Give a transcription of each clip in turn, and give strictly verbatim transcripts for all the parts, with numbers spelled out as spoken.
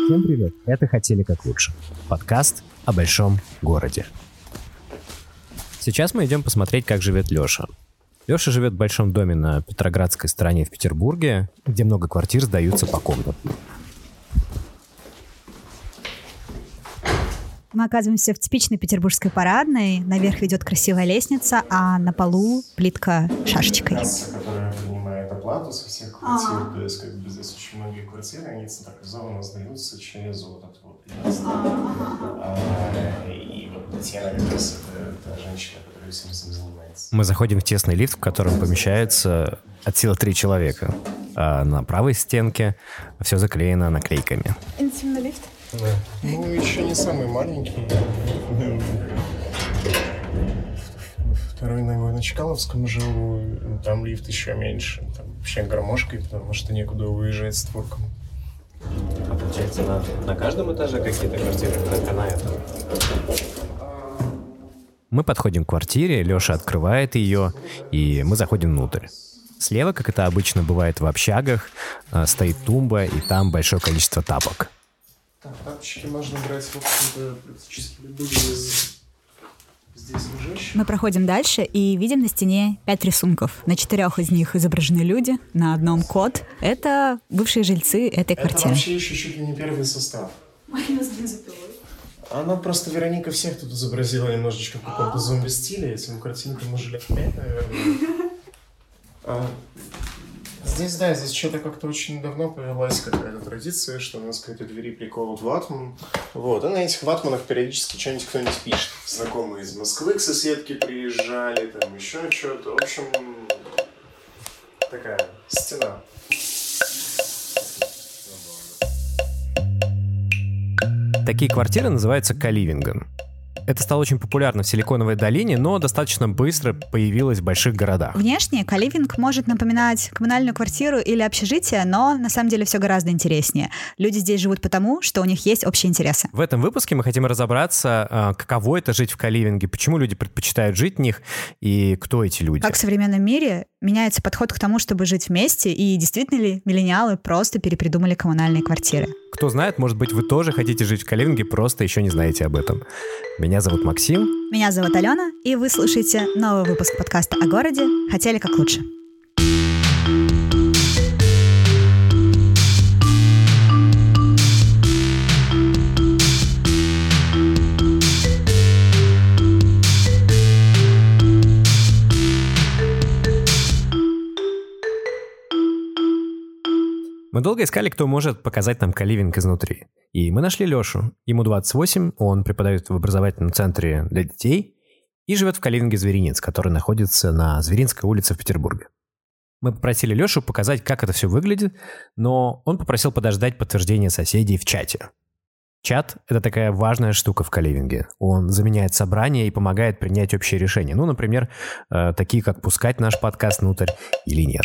Всем привет, это «Хотели как лучше» — подкаст о большом городе. Сейчас мы идем посмотреть, как живет Леша. Леша живет в большом доме на Петроградской стороне в Петербурге, где много квартир сдаются по комнатам. Мы оказываемся в типичной петербургской парадной. Наверх ведет красивая лестница, а на полу плитка шашечкой. Касса, которая принимает оплату со всех квартир, А-а-а. То есть как бы здесь очень многие квартиры, они централизованно сдаются через вот этот вот. А, и вот Татьяна как раз это та женщина, которая всем этим занимается. Мы заходим в тесный лифт, в котором помещается от силы три человека. А на правой стенке все заклеено наклейками. Интимный лифт? Да. Ну, еще не самый маленький. Второй ногой на Чкаловском живу, там лифт еще меньше. Там вообще гармошкой, потому что некуда уезжать с творком. А получается, на, на каждом этаже какие-то квартиры, только на этом? Мы подходим к квартире, Леша открывает ее, и мы заходим внутрь. Слева, как это обычно бывает в общагах, стоит тумба, и там большое количество тапок. Тапочки можно брать, в общем-то, практически любые из здесь лежащих. Мы проходим дальше и видим на стене пять рисунков. На четырех из них изображены люди, на одном кот. Это бывшие жильцы этой квартиры. Это вообще еще чуть ли не первый состав. Марина с бензопилой. Она просто, Вероника, всех тут изобразила немножечко в каком-то зомби-стиле. Этим картинкам уже лет пять, наверное. А, здесь, да, здесь что-то как-то очень давно появилась какая-то традиция, что у нас к этой двери приколот ватман. Вот, и на этих ватманах периодически что-нибудь кто-нибудь пишет. Знакомые из Москвы к соседке приезжали, там еще что-то. В общем, такая стена. Такие квартиры называются коливингом. Это стало очень популярно в Силиконовой долине, но достаточно быстро появилось в больших городах. Внешне коливинг может напоминать коммунальную квартиру или общежитие, но на самом деле все гораздо интереснее. Люди здесь живут потому, что у них есть общие интересы. В этом выпуске мы хотим разобраться, каково это жить в коливинге, почему люди предпочитают жить в них и кто эти люди. Как в современном мире меняется подход к тому, чтобы жить вместе, и действительно ли миллениалы просто перепридумали коммунальные квартиры. Кто знает, может быть, вы тоже хотите жить в коливинге, просто еще не знаете об этом. Меня зовут Максим. Меня зовут Алена, и вы слушаете новый выпуск подкаста о городе «Хотели как лучше». Мы долго искали, кто может показать нам коливинг изнутри. И мы нашли Лешу. Ему двадцать восемь, он преподает в образовательном центре для детей и живет в коливинге «Зверинец», который находится на Зверинской улице в Петербурге. Мы попросили Лешу показать, как это все выглядит, но он попросил подождать подтверждения соседей в чате. Чат — это такая важная штука в коливинге. Он заменяет собрание и помогает принять общие решения. Ну, например, такие, как пускать наш подкаст внутрь или нет.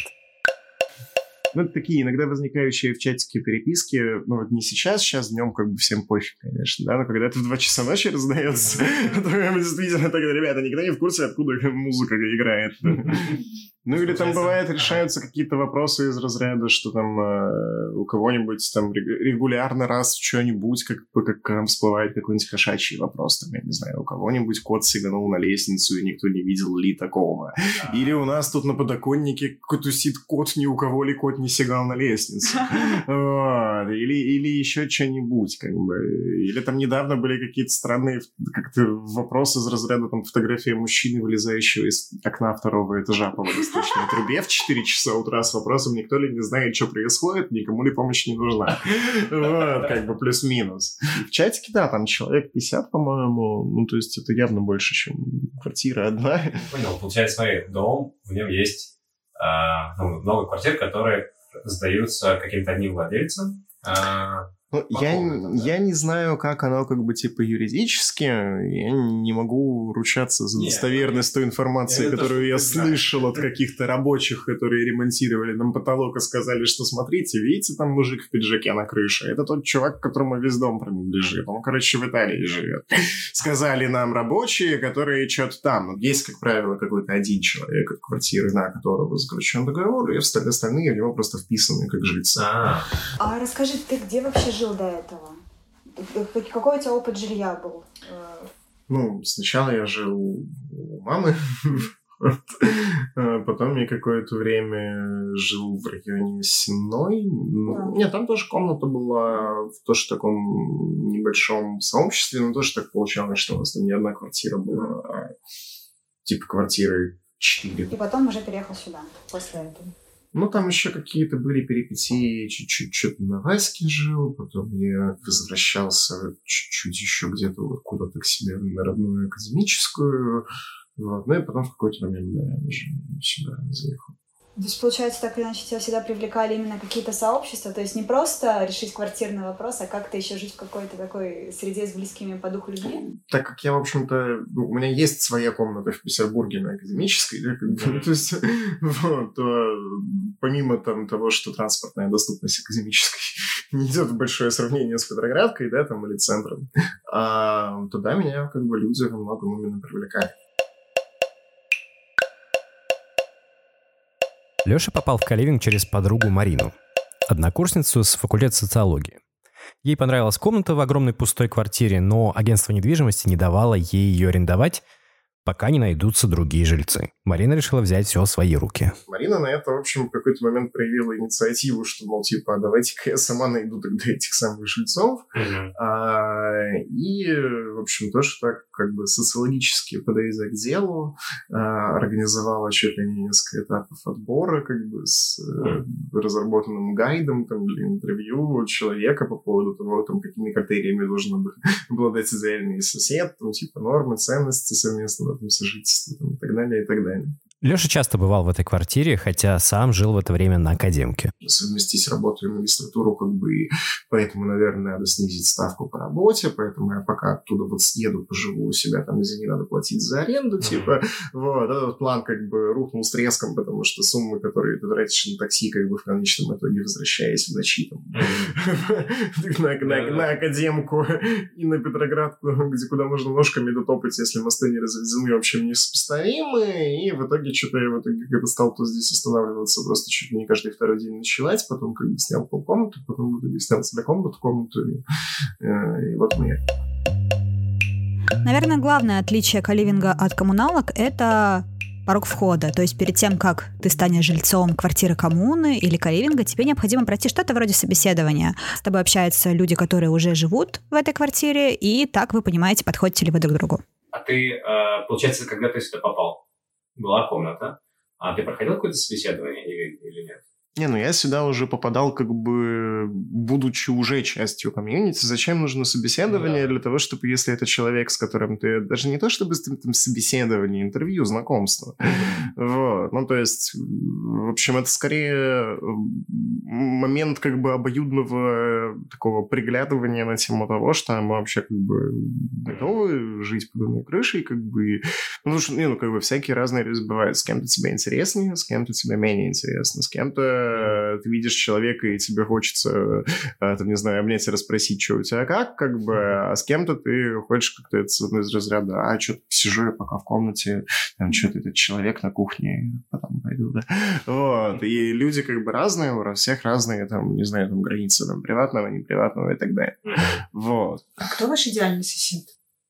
Ну, это такие иногда возникающие в чатике переписки, ну, вот не сейчас, сейчас днем как бы всем пофиг, конечно, да, но когда это в два часа ночи раздается, то действительно тогда, ребята, никто не в курсе, откуда музыка играет. Ну, или там бывает, решаются какие-то вопросы из разряда, что там э, у кого-нибудь там регулярно раз в что-нибудь, как, как там всплывает какой-нибудь кошачий вопрос, там, я не знаю, у кого-нибудь кот сиганул на лестницу, и никто не видел ли такого. Или у нас тут на подоконнике тусит кот, ни у кого ли кот не сигал на лестницу. Вот. Или, или еще что-нибудь, как бы. Или там недавно были какие-то странные как-то вопросы из разряда там фотография мужчины, вылезающего из окна второго этажа по водосточной трубе в четыре часа утра с вопросом, никто ли не знает, что происходит, никому ли помощь не нужна. Вот, как бы плюс-минус. В чатике, да, там человек пятьдесят, по-моему, ну, то есть это явно больше, чем квартира одна. Понял, получается, смотри, дом, в нем есть а, ну, много квартир, которые сдаются каким-то одним владельцам. А, Ну, я, я не знаю, как оно как бы типа юридически, я не могу ручаться за достоверность той информации, я которую я слышал от каких-то рабочих, которые ремонтировали нам потолок и сказали, что смотрите, видите, там мужик в пиджаке на крыше, это тот чувак, которому весь дом принадлежит, он, короче, в Италии живет. Сказали нам рабочие, которые что-то там, есть, как правило, какой-то один человек от квартиры, на которого заключен договор, и остальные в него просто вписаны как жильцы. А расскажи, ты где вообще живешь? жил до этого? Какой у тебя опыт жилья был? Ну, сначала я жил у мамы, потом я какое-то время жил в районе Сенной. Нет, там тоже комната была в тоже таком небольшом сообществе, но тоже так получалось, что у нас там не одна квартира была, а типа квартиры четыре. И потом уже переехал сюда, после этого. Ну, там еще какие-то были перипетии, чуть-чуть что-то на Ваське жил, потом я возвращался чуть-чуть еще где-то вот куда-то к себе на родную академическую, вот. Ну и потом в какой-то момент, да, я уже сюда заехал. То есть, получается, так или иначе тебя всегда привлекали именно какие-то сообщества, то есть не просто решить квартирный вопрос, а как-то еще жить в какой-то такой среде с близкими по духу людьми? Так как я, в общем-то, ну, у меня есть своя комната в Петербурге на Академической, да, как бы, то есть, вот, то помимо там того, что транспортная доступность Академической не идет в большое сравнение с Петроградкой, да, там, или центром, а, то да, меня как бы люди во многом именно привлекают. Лёша попал в коливинг через подругу Марину, однокурсницу с факультета социологии. Ей понравилась комната в огромной пустой квартире, но агентство недвижимости не давало ей ее арендовать, пока не найдутся другие жильцы. Марина решила взять все в свои руки. Марина на это, в общем, в какой-то момент проявила инициативу, что, мол, типа, давайте-ка я сама найду тогда этих самых жильцов. Mm-hmm. А, и, в общем, тоже так, как бы, социологически подойдя к делу, а, организовала чуть ли не несколько этапов отбора, как бы, с mm-hmm. разработанным гайдом, там, для интервью человека по поводу того, там, какими критериями должен обладать идеальный сосед, там, типа, нормы, ценности совместного там, сожительства, там, и так далее, и так далее. Леша часто бывал в этой квартире, хотя сам жил в это время на академке. Совместить работу и магистратуру, как бы, и поэтому, наверное, надо снизить ставку по работе, поэтому я пока оттуда вот съеду, поживу у себя, там, извини, надо платить за аренду, mm-hmm. типа, вот, этот план, как бы, рухнул с треском, потому что суммы, которые ты тратишь на такси, как бы, в конечном итоге, возвращаясь в ночи, там, на академку и на Петроградку, где куда можно ножками дотопать, если мосты не разведены, в общем, несопоставимы, и в итоге что-то я в итоге как-то стал тут здесь останавливаться просто чуть ли не каждый второй день ночевать, потом как бы снял полкомнату, потом в итоге снял себе комнату, комнату, и, э, и вот мы. Наверное, главное отличие коливинга от коммуналок – это порог входа. То есть перед тем, как ты станешь жильцом квартиры коммуны или коливинга, тебе необходимо пройти что-то вроде собеседования. С тобой общаются люди, которые уже живут в этой квартире, и так вы понимаете, подходите ли вы друг к другу. А ты, получается, когда ты сюда попал, была комната, а ты проходил какое-то собеседование или, или нет? Не, ну я сюда уже попадал, как бы, будучи уже частью комьюнити. Зачем нужно собеседование? Да. Для того, чтобы, если это человек, с которым ты... Даже не то, чтобы там собеседование, интервью, знакомство. Вот. Ну, то есть, в общем, это скорее момент, как бы, обоюдного такого приглядывания на тему того, что мы вообще, как бы, готовы жить под одной крышей, как бы... Ну, потому что, ну, как бы, всякие разные люди бывают. С кем-то тебе интереснее, с кем-то тебе менее интересно, с кем-то ты видишь человека, и тебе хочется, там, не знаю, обнять и расспросить, что у тебя как, как бы, а с кем-то ты хочешь как-то это из разряда, а что-то сижу я пока в комнате, там, что-то этот человек на кухне, потом пойду, да. Вот, и люди как бы разные, у всех разные, там, не знаю, там, границы, там, приватного, неприватного и так далее. Вот. А кто ваш идеальный сосед?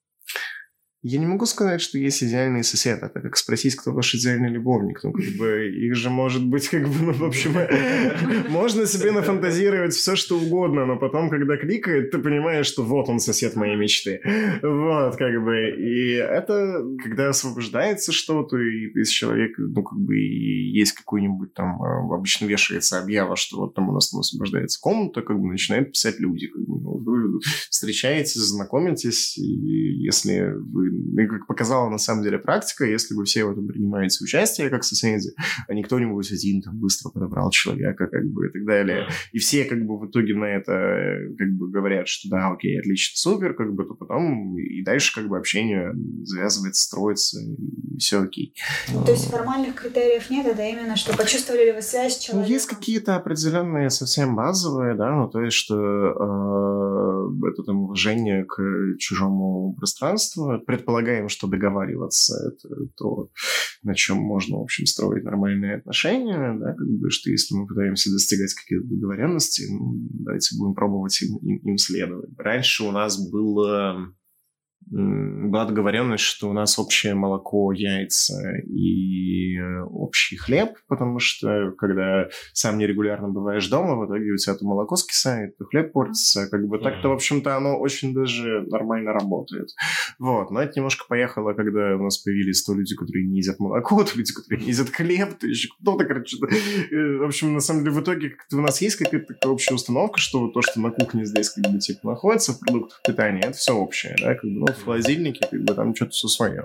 Я не могу сказать, что есть идеальный сосед. Это как спросить, кто ваш идеальный любовник. Ну, как бы, их же может быть, как бы, ну, в общем, можно себе нафантазировать все, что угодно, но потом, когда кликает, ты понимаешь, что вот он, сосед моей мечты. Вот, как бы, и это, когда освобождается что-то, и ты с человеком, ну, как бы, и есть какой-нибудь там, обычно вешается объява, что вот там у нас там освобождается комната, как бы, начинают писать люди. Как бы, ну, вы встречаетесь, знакомитесь, и если вы и как показала на самом деле практика, если вы все в этом принимаете участие как соседи, а не кто-нибудь один там быстро подобрал человека, как бы, и так далее, и все как бы в итоге на это как бы говорят, что да, окей, отлично, супер, как бы, то потом и дальше как бы общение завязывается, строится, и все окей. То есть формальных критериев нет, это именно, что почувствовали ли вы связь с человеком? Ну, есть какие-то определенные совсем базовые, да, ну, то есть, что э, это там уважение к чужому пространству. Предполагаем, что договариваться — это то, на чем можно, в общем, строить нормальные отношения, да, как бы, что если мы пытаемся достигать каких-то договоренностей, ну, давайте будем пробовать им, им, им следовать. Раньше у нас было... была договоренность, что у нас общее молоко, яйца и общий хлеб, потому что когда сам нерегулярно бываешь дома, в итоге у тебя то молоко скисает, то хлеб портится. Как бы так-то, в общем-то, оно очень даже нормально работает. Вот. Но это немножко поехало, когда у нас появились то люди, которые не едят молоко, то люди, которые не едят хлеб, то еще кто-то, короче. В общем, на самом деле, в итоге как-то у нас есть какая-то такая общая установка, что то, что на кухне здесь как бы типа находится в продуктах питания, это все общее, да, как бы, ну, в холодильнике, как бы там что-то все свое.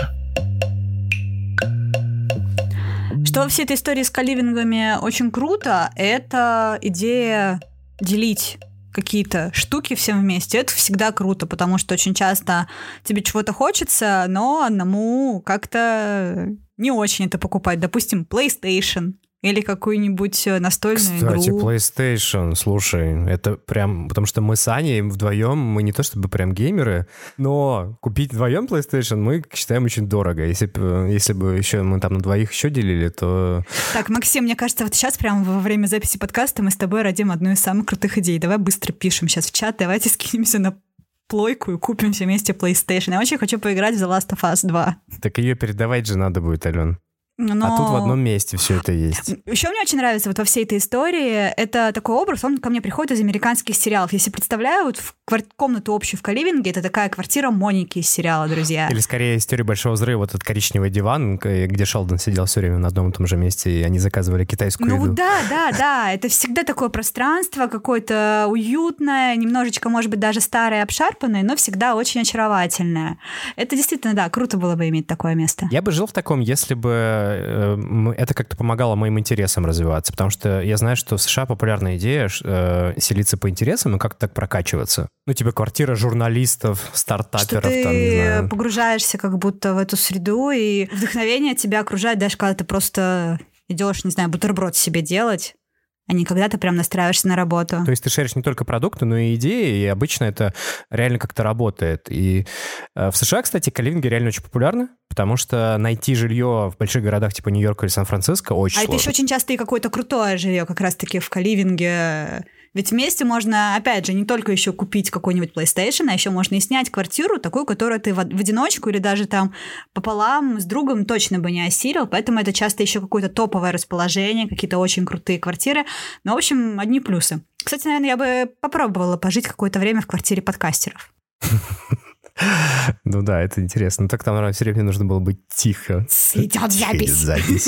Что во всей этой истории с коливингами очень круто, это идея делить какие-то штуки всем вместе. Это всегда круто, потому что очень часто тебе чего-то хочется, но одному как-то не очень это покупать. Допустим, PlayStation или какую-нибудь настольную Кстати, игру. PlayStation, слушай, это прям... Потому что мы с Аней вдвоем, мы не то чтобы прям геймеры, но купить вдвоем PlayStation мы считаем очень дорого. Если бы, если бы еще мы там на двоих еще делили, то... Так, Максим, мне кажется, вот сейчас прямо во время записи подкаста мы с тобой родим одну из самых крутых идей. Давай быстро пишем сейчас в чат, давайте скинемся на плойку и купим все вместе PlayStation. Я очень хочу поиграть в The Last of Us два. Так ее передавать же надо будет, Ален. Но... А тут в одном месте все это есть. Еще мне очень нравится вот во всей этой истории, это такой образ, он ко мне приходит из американских сериалов. Если представляю, вот в квар... комнату общую в Каливинге, это такая квартира Моники из сериала «Друзья». Или скорее из «Теории большого взрыва», вот этот коричневый диван, где Шелдон сидел все время на одном и том же месте, и они заказывали китайскую ну, еду. Ну да, да, да, это всегда такое пространство какое-то уютное, немножечко, может быть, даже старое, обшарпанное, но всегда очень очаровательное. Это действительно, да, круто было бы иметь такое место. Я бы жил в таком, если бы э, это как-то помогало моим интересам развиваться, потому что я знаю, что в США популярная идея э, селиться по интересам и как-то так прокачиваться. Ну, типа квартира журналистов, стартаперов, что ты там, не знаю. Погружаешься как будто в эту среду, и вдохновение тебя окружает, даже когда ты просто идешь, не знаю, бутерброд себе делать, а не когда ты прям настраиваешься на работу. То есть ты шеришь не только продукты, но и идеи, и обычно это реально как-то работает. И э, в США, кстати, коливинги реально очень популярны, потому что найти жилье в больших городах типа Нью-Йорк или Сан-Франциско очень а сложно. А это еще очень часто и какое-то крутое жилье как раз-таки в коливинге. Ведь вместе можно, опять же, не только еще купить какой-нибудь PlayStation, а еще можно и снять квартиру, такую, которую ты в одиночку или даже там пополам с другом точно бы не осилил, поэтому это часто еще какое-то топовое расположение, какие-то очень крутые квартиры. Ну, в общем, одни плюсы. Кстати, наверное, я бы попробовала пожить какое-то время в квартире подкастеров. Ну да, это интересно. Но так там, наверное, все время нужно было быть тихо. Идет запись.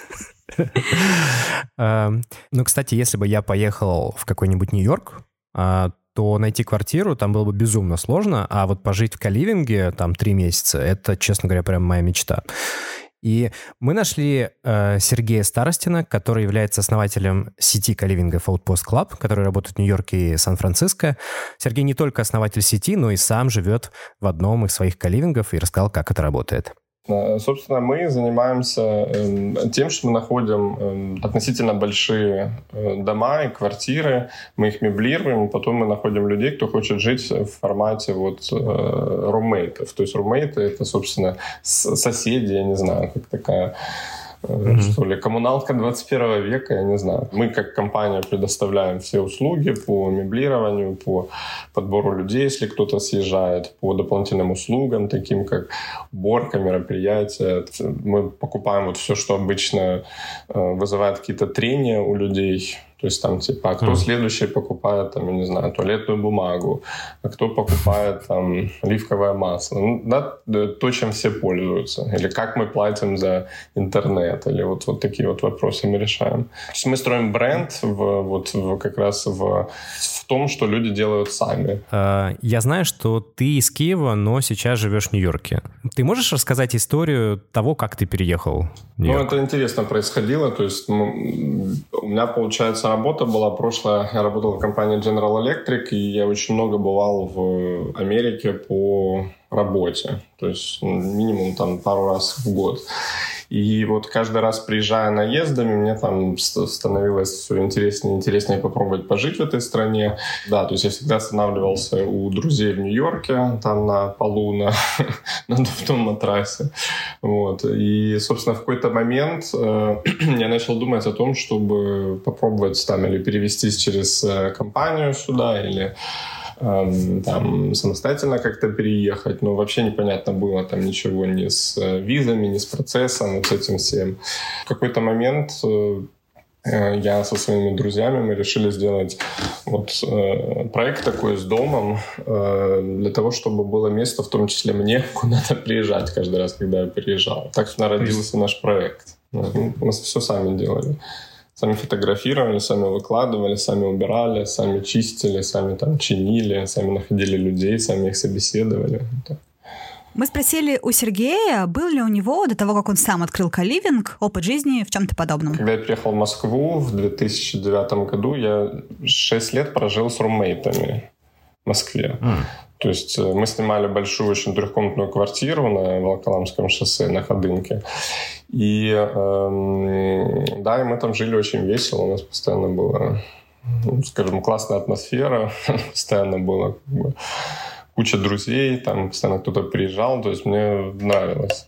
Ну, кстати, если бы я поехал в какой-нибудь Нью-Йорк, то найти квартиру там было бы безумно сложно, а вот пожить в коливинге там три месяца, это, честно говоря, прям моя мечта. И мы нашли э, Сергея Старостина, который является основателем сети коливингов Outpost Club, который работает в Нью-Йорке и Сан-Франциско. Сергей не только основатель сети, но и сам живет в одном из своих коливингов и рассказал, как это работает. Собственно, мы занимаемся тем, что мы находим относительно большие дома и квартиры, мы их меблируем, потом мы находим людей, кто хочет жить в формате вот руммейтов. То есть руммейты — это, собственно, соседи, я не знаю, как такая... Mm-hmm. Что ли, коммуналка двадцать первого века, я не знаю. Мы как компания предоставляем все услуги по меблированию, по подбору людей, если кто-то съезжает, по дополнительным услугам, таким как уборка, мероприятия. Мы покупаем вот все, что обычно вызывает какие-то трения у людей. То есть там типа, а кто mm. следующий покупает, там, я не знаю, туалетную бумагу, а кто покупает там оливковое масло. Ну, да, то, чем все пользуются. Или как мы платим за интернет. Или вот, вот такие вот вопросы мы решаем. То есть мы строим бренд в, вот, в, как раз в, в том, что люди делают сами. Я знаю, что ты из Киева, но сейчас живешь в Нью-Йорке. Ты можешь рассказать историю того, как ты переехал в Нью-Йорк? Ну, это интересно происходило. То есть у меня, получается, работа была прошлая. Я работал в компании General Electric, и я очень много бывал в Америке по работе. То есть минимум там пару раз в год. И вот каждый раз, приезжая наездами, мне там становилось все интереснее и интереснее попробовать пожить в этой стране. Да, то есть я всегда останавливался у друзей в Нью-Йорке, там на полу, на, на надувном матрасе. Вот. И, собственно, в какой-то момент э, я начал думать о том, чтобы попробовать там или перевестись через э, компанию сюда, или э, там самостоятельно как-то переехать. Но вообще непонятно было там ничего ни с визами, ни с процессом, вот с этим всем. В какой-то момент э, я со своими друзьями, мы решили сделать вот, э, проект такой с домом, э, для того, чтобы было место, в том числе мне, куда-то приезжать каждый раз, когда я приезжал. Так что родился наш проект. Мы все сами делали. Сами фотографировали, сами выкладывали, сами убирали, сами чистили, сами там чинили, сами находили людей, сами их собеседовали. Мы спросили у Сергея, был ли у него, до того, как он сам открыл коливинг, опыт жизни в чем-то подобном. Когда я приехал в Москву в две тысячи девятом году, я шесть лет прожил с руммейтами в Москве. Mm. То есть мы снимали большую, очень трехкомнатную квартиру на Волоколамском шоссе, на Ходынке. И эм, да, и мы там жили очень весело. У нас постоянно была, ну, скажем, классная атмосфера. Постоянно было как бы куча друзей, там постоянно кто-то приезжал. То есть мне нравилось.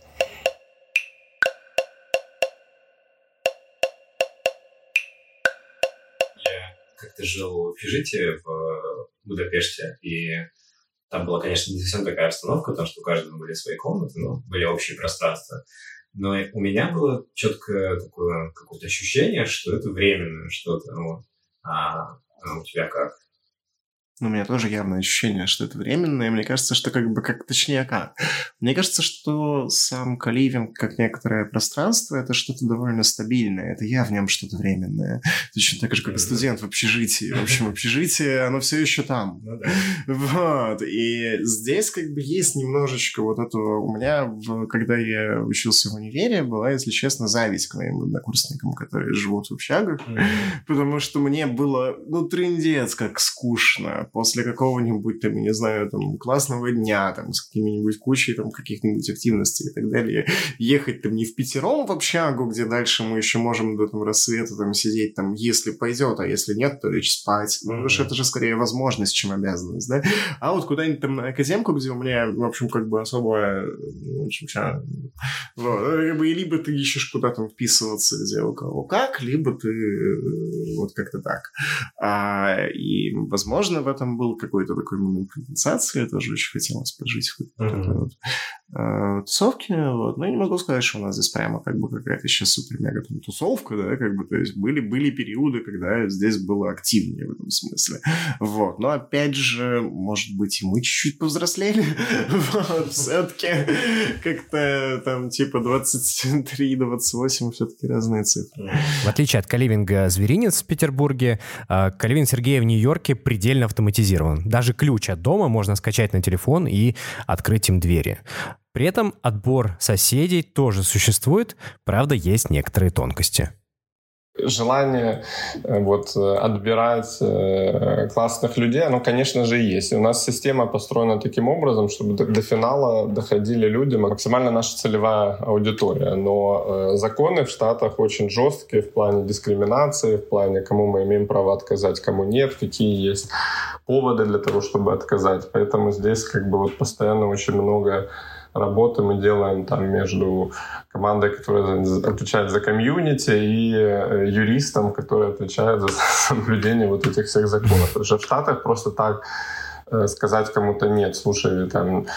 Я как-то жил в общежитии в Будапеште, и там была, конечно, не совсем такая обстановка, потому что у каждого были свои комнаты, но были общие пространства. Но у меня было четкое такое какое-то ощущение, что это временное что-то. Ну, а, а у тебя как? Ну, у меня тоже явное ощущение, что это временное. Мне кажется, что как бы, как, точнее, как. Мне кажется, что сам коливинг, как некоторое пространство, это что-то довольно стабильное. Это я в нем что-то временное. Точно так же, как и студент в общежитии. В общем, общежитие, оно все еще там. Ну, да. Вот. И здесь как бы есть немножечко вот этого... У меня, когда я учился в универе, была, если честно, зависть к моим однокурсникам, которые живут в общагах. Mm-hmm. Потому что мне было, ну, трындец, как скучно. После какого-нибудь, там, я не знаю, там, классного дня, там, с какими-нибудь кучей, там, каких-нибудь активностей и так далее, ехать, там, не впятером в общагу, где дальше мы еще можем до, там, рассвета, там, сидеть, там, если пойдет, а если нет, то лечь спать. Ну, потому что это же скорее возможность, чем обязанность, да? А вот куда-нибудь, там, на академку, где у меня, в общем, как бы особо, в общем, сейчас, вот, и либо ты ищешь куда там вписываться, где у кого как, либо ты вот как-то так. А, и, возможно, в этом был какой-то такой момент компенсации. Я тоже очень хотелось пожить в какой-то mm-hmm. вот, э, тусовке. Вот. Но я не могу сказать, что у нас здесь прямо как бы какая-то сейчас супер-мега там тусовка, да, как бы, то есть были, были периоды, когда здесь было активнее в этом смысле. Вот. Но опять же, может быть, и мы чуть-чуть повзрослели. Вот. Все-таки как-то там типа двадцать три двадцать восемь все-таки разные цифры. В отличие от коливинга «Зверинец» в Петербурге, коливинг Сергея в Нью-Йорке предельно автоматизирован. Даже ключ от дома можно скачать на телефон и открыть им двери. При этом отбор соседей тоже существует, правда, есть некоторые тонкости. Желание вот, отбирать э, классных людей, оно, конечно же, есть. И у нас система построена таким образом, чтобы до, до финала доходили люди, максимально наша целевая аудитория. Но э, законы в Штатах очень жесткие в плане дискриминации, в плане, кому мы имеем право отказать, кому нет, какие есть поводы для того, чтобы отказать. Поэтому здесь как бы вот постоянно очень много работы мы делаем там между командой, которая отвечает за комьюнити, и юристом, который отвечает за соблюдение вот этих всех законов. Потому что в Штатах просто так э, сказать кому-то нет, слушай, там,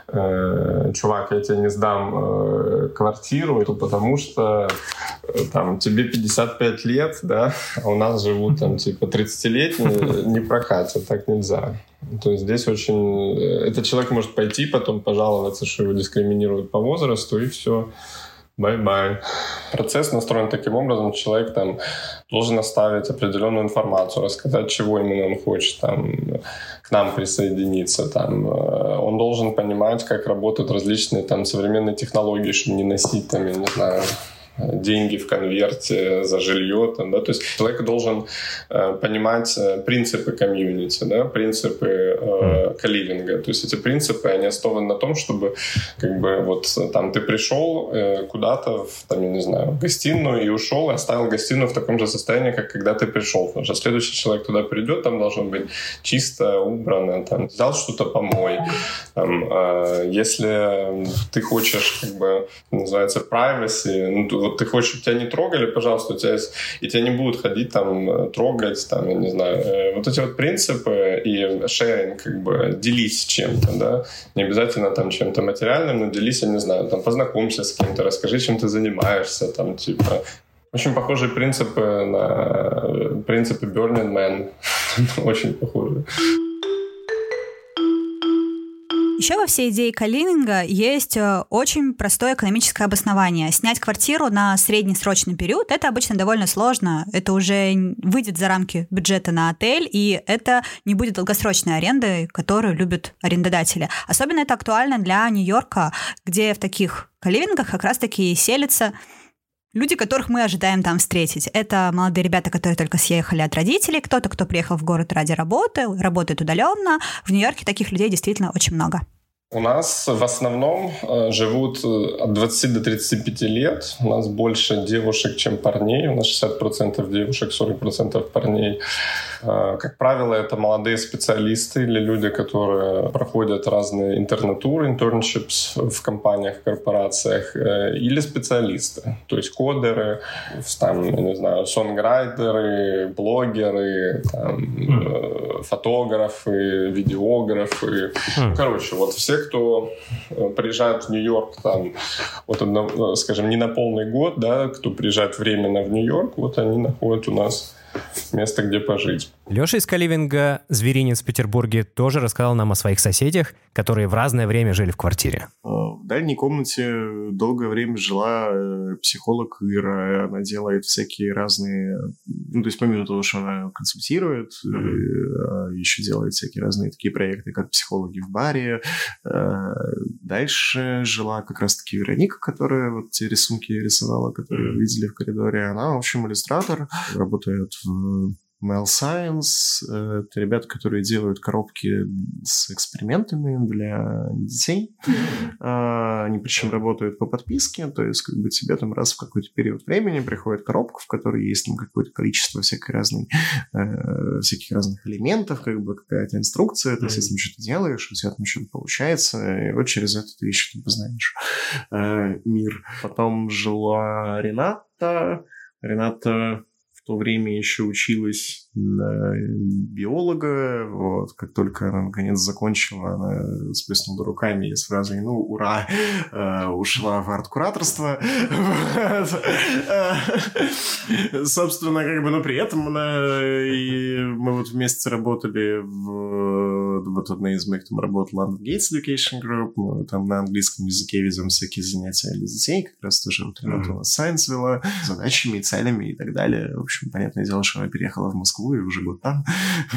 э, чувак, я тебе не сдам э, квартиру, потому что э, там тебе пятьдесят пять лет, да, а у нас живут там типа тридцатилетние, не прокатит, так нельзя. То есть здесь очень... Этот человек может пойти, потом пожаловаться, что его дискриминируют по возрасту, и все. Бай-бай. Процесс настроен таким образом, человек там должен оставить определенную информацию, рассказать, чего именно он хочет там, к нам присоединиться. Там. Он должен понимать, как работают различные там, современные технологии, чтобы не носить, там, я не знаю, деньги в конверте за жилье. Там, да? То есть человек должен э, понимать принципы комьюнити, да? принципы э, каливинга. То есть эти принципы, они основаны на том, чтобы как бы вот там ты пришел э, куда-то, в, там, я не знаю, в гостиную и ушел, и оставил гостиную в таком же состоянии, как когда ты пришел. Потому что следующий человек туда придет, там должно быть чисто, убрано, там, взял что-то помой. Там, э, если ты хочешь, как бы, называется, privacy, ну, то, вот ты хочешь, чтобы тебя не трогали, пожалуйста, у тебя есть, и тебя не будут ходить там, трогать, там, я не знаю. Э, вот эти вот принципы и шеринг, как бы, делись чем-то, да, не обязательно там чем-то материальным, но делись, я не знаю, там, познакомься с кем-то, расскажи, чем ты занимаешься, там, типа... Очень похожие принципы на принципы Burning Man. Очень похожие. Еще во всей идее каливинга есть очень простое экономическое обоснование. Снять квартиру на среднесрочный период – это обычно довольно сложно. Это уже выйдет за рамки бюджета на отель, и это не будет долгосрочной арендой, которую любят арендодатели. Особенно это актуально для Нью-Йорка, где в таких каливингах как раз-таки селятся люди, которых мы ожидаем там встретить. Это молодые ребята, которые только съехали от родителей, кто-то, кто приехал в город ради работы, работает удаленно. В Нью-Йорке таких людей действительно очень много. У нас в основном э, живут от двадцати до тридцати пяти лет. У нас больше девушек, чем парней. У нас шестьдесят процентов девушек, сорок процентов парней. Э, как правило, это молодые специалисты или люди, которые проходят разные интернатуры, internships в компаниях, корпорациях, э, или специалисты. То есть кодеры, там, я не знаю, сонграйтеры, блогеры, там, э, фотографы, видеографы. Mm. Короче, вот все, кто приезжает в Нью-Йорк, там, вот, одно, скажем, не на полный год, да, кто приезжает временно в Нью-Йорк, вот они находят у нас место, где пожить. Леша из каливинга «Зверинец» в Петербурге тоже рассказал нам о своих соседях, которые в разное время жили в квартире. В дальней комнате долгое время жила психолог Ира. Она делает всякие разные... Ну, то есть помимо того, что она консультирует, mm-hmm. еще делает всякие разные такие проекты, как «Психологи в баре». Дальше жила как раз-таки Вероника, которая вот те рисунки рисовала, которые вы видели в коридоре. Она, в общем, иллюстратор, работает в Mail Science. Это ребята, которые делают коробки с экспериментами для детей. Они причем работают по подписке, то есть как бы тебе там раз в какой-то период времени приходит коробка, в которой есть там какое-то количество всякой разной, э, всяких разных элементов, как бы какая-то инструкция, mm-hmm. то есть если ты что-то делаешь, у тебя там что-то получается, и вот через это ты еще познаешь э, мир. Потом жила Рената. Рената в то время еще училась на биолога. Вот. Как только она наконец закончила, она сплеснула руками и с фразой «ну, ура!» э, ушла в арт-кураторство. Собственно, как бы, но при этом она и мы вот вместе работали в... Вот одна из моих там работ London Gates Education Group. Мы там на английском языке ведем всякие занятия для детей. Как раз тоже вот Рената у нас Science вела, задачами, целями и так далее. В общем, понятное дело, что она переехала в Москву и уже год там.